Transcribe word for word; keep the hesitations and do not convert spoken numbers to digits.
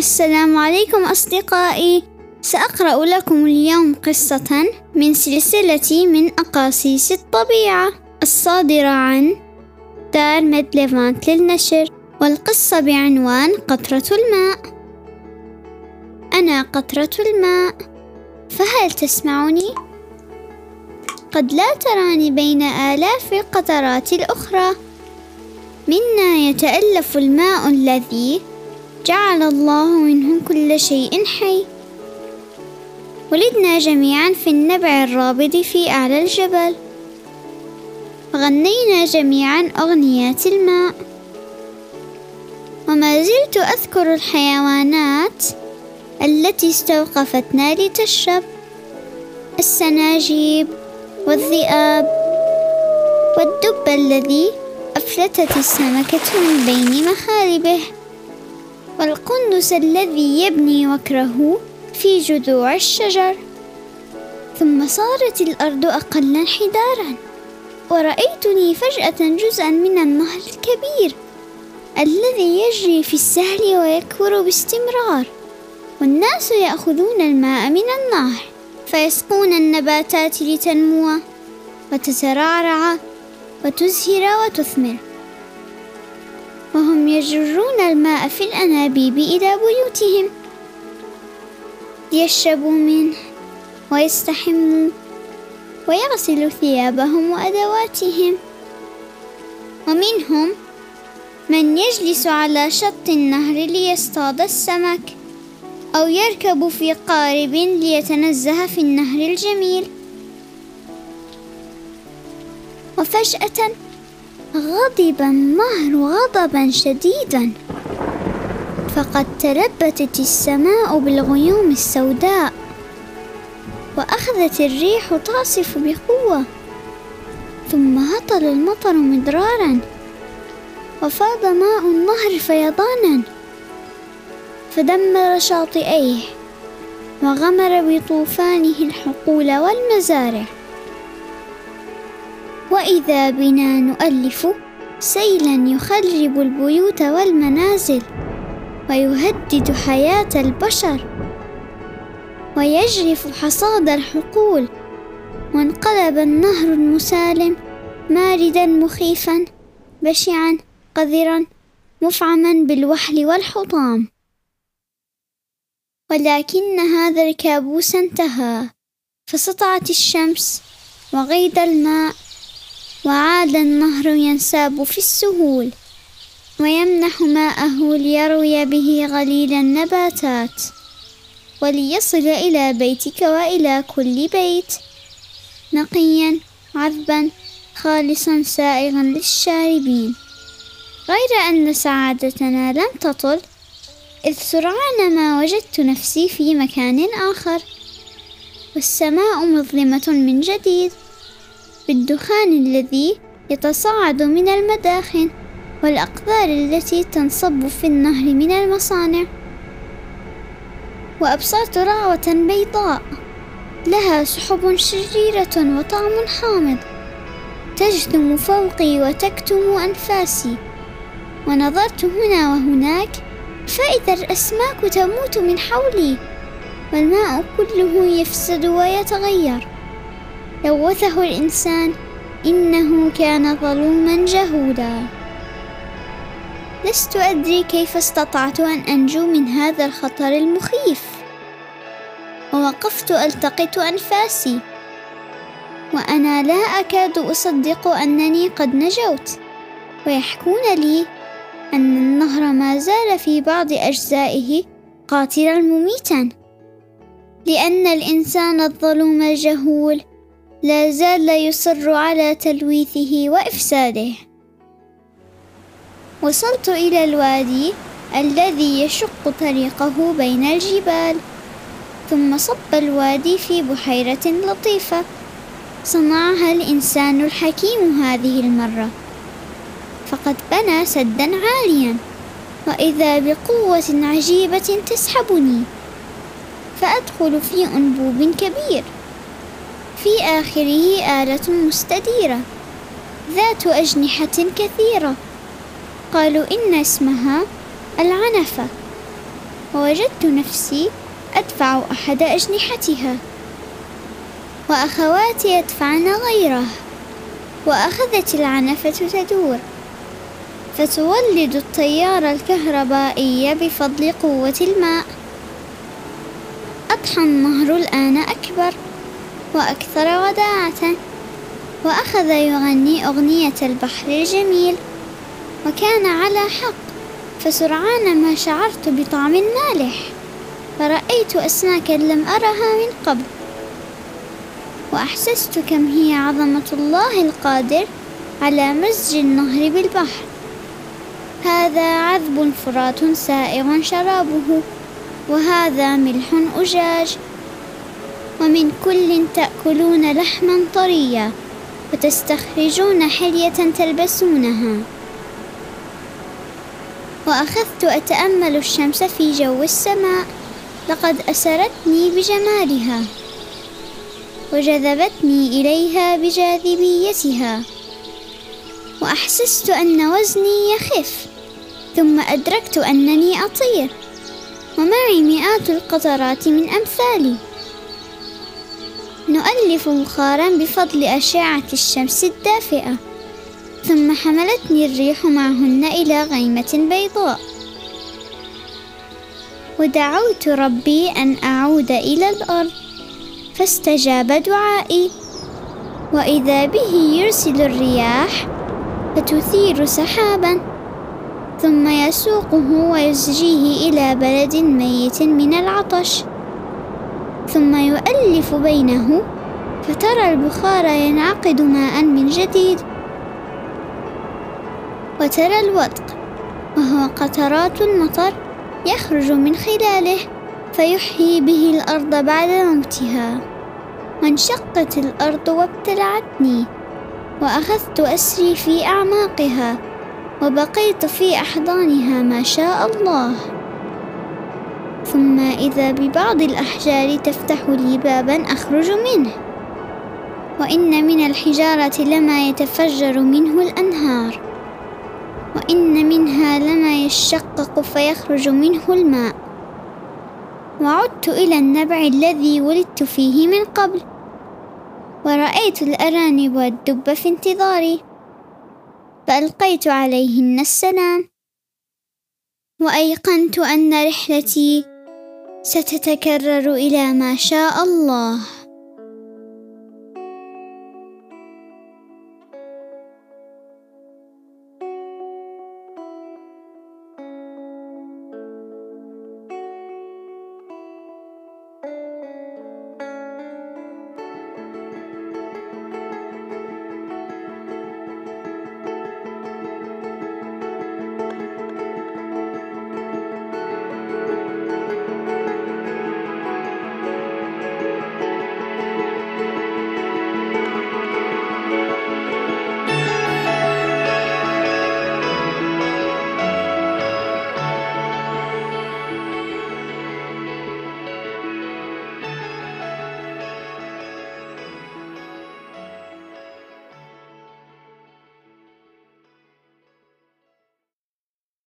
السلام عليكم أصدقائي. سأقرأ لكم اليوم قصة من سلسلة من أقاصيص الطبيعة الصادرة عن دار ميدليفانت للنشر، والقصة بعنوان قطرة الماء. أنا قطرة الماء، فهل تسمعني؟ قد لا تراني بين آلاف القطرات الأخرى. منا يتألف الماء الذي جعل الله منه كل شيء حي. ولدنا جميعا في النبع الرابض في أعلى الجبل، غنينا جميعا أغنيات الماء. وما زلت أذكر الحيوانات التي استوقفتنا لتشرب: السناجيب والذئاب والدب الذي أفلتت السمكة من بين مخالبه، والقندس الذي يبني وكره في جذوع الشجر. ثم صارت الأرض أقل انحدارا، ورأيتني فجأة جزءا من النهر الكبير الذي يجري في السهل ويكبر باستمرار، والناس يأخذون الماء من النهر فيسقون النباتات لتنمو وتترعرع وتزهر وتثمر، وهم يجرون الماء في الأنابيب إلى بيوتهم ليشربوا منه ويستحموا ويغسلوا ثيابهم وأدواتهم. ومنهم من يجلس على شط النهر ليصطاد السمك، أو يركب في قارب ليتنزه في النهر الجميل. وفجأة غضب النهر غضبا شديدا، فقد تلبتت السماء بالغيوم السوداء، وأخذت الريح تعصف بقوة، ثم هطل المطر مدرارا، وفاض ماء النهر فيضانا، فدمر شاطئيه وغمر بطوفانه الحقول والمزارع. وإذا بنا نؤلف سيلا يخرب البيوت والمنازل ويهدد حياة البشر ويجرف حصاد الحقول، وانقلب النهر المسالم ماردا مخيفا بشعا قذرا مفعما بالوحل والحطام. ولكن هذا الكابوس انتهى، فسطعت الشمس وغيد الماء، وعاد النهر ينساب في السهول ويمنح ماءه ليروي به غليل النباتات، وليصل إلى بيتك وإلى كل بيت نقيا عذبا خالصا سائغا للشاربين. غير أن سعادتنا لم تطل، إذ سرعان ما وجدت نفسي في مكان آخر، والسماء مظلمة من جديد بالدخان الذي يتصاعد من المداخن والأقذار التي تنصب في النهر من المصانع. وأبصرت رعوة بيضاء لها سحب شريرة وطعم حامض تجثم فوقي وتكتم أنفاسي. ونظرت هنا وهناك، فإذا الأسماك تموت من حولي، والماء كله يفسد ويتغير. لوثه الإنسان، إنه كان ظلوما جهولا. لست أدري كيف استطعت أن أنجو من هذا الخطر المخيف. ووقفت ألتقط أنفاسي، وأنا لا أكاد أصدق أنني قد نجوت، ويحكون لي أن النهر ما زال في بعض أجزائه قاتلا مميتا، لأن الإنسان الظلوم الجهول لا زال يصر على تلويثه وإفساده. وصلت إلى الوادي الذي يشق طريقه بين الجبال، ثم صب الوادي في بحيرة لطيفة صنعها الإنسان الحكيم هذه المرة، فقد بنى سدا عاليا، وإذا بقوة عجيبة تسحبني، فأدخل في أنبوب كبير في آخره آلة مستديرة ذات ووجدت نفسي أدفع أحد أجنحتها، وأخواتي يدفعن غيره، وأخذت العنفة تدور فتولد التيار الكهربائي بفضل قوة الماء. أضحى النهر الآن أكبر وأكثر وداعة، وأخذ يغني أغنية البحر الجميل، وكان على حق، فسرعان ما شعرت بطعم مالح، فرأيت أسماكا لم أرها من قبل، وأحسست كم هي عظمة الله القادر على مزج النهر بالبحر. هذا عذب فرات سائغ شرابه، وهذا ملح أجاج، ومن كل تأكلون لحما طريا وتستخرجون حلية تلبسونها. وأخذت أتأمل الشمس في جو السماء، لقد أسرتني بجمالها وجذبتني إليها بجاذبيتها، وأحسست أن وزني يخف، ثم أدركت أنني أطير ومعي مئات القطرات من أمثالي. نؤلف بخارا بفضل أشعة الشمس الدافئة، ثم حملتني الريح معهن إلى غيمة بيضاء، ودعوت ربي أن أعود إلى الأرض، فاستجاب دعائي، وإذا به يرسل الرياح فتثير سحابا، ثم يسوقه ويسجيه إلى بلد ميت من العطش، ثم يؤلف بينه فترى البخار ينعقد ماء من جديد، وترى الودق وهو قطرات المطر يخرج من خلاله فيحيي به الأرض بعد موتها. وانشقت الأرض وابتلعتني، وأخذت أسري في أعماقها، وبقيت في أحضانها ما شاء الله. ثم إذا ببعض الأحجار تفتح لي بابا أخرج منه، وإن من الحجارة لما يتفجر منه الأنهار، وإن منها لما يشقق فيخرج منه الماء. وعدت إلى النبع الذي ولدت فيه من قبل، ورأيت الأرانب والدب في انتظاري، فألقيت عليهن السلام، وأيقنت أن رحلتي ستتكرر إلى ما شاء الله.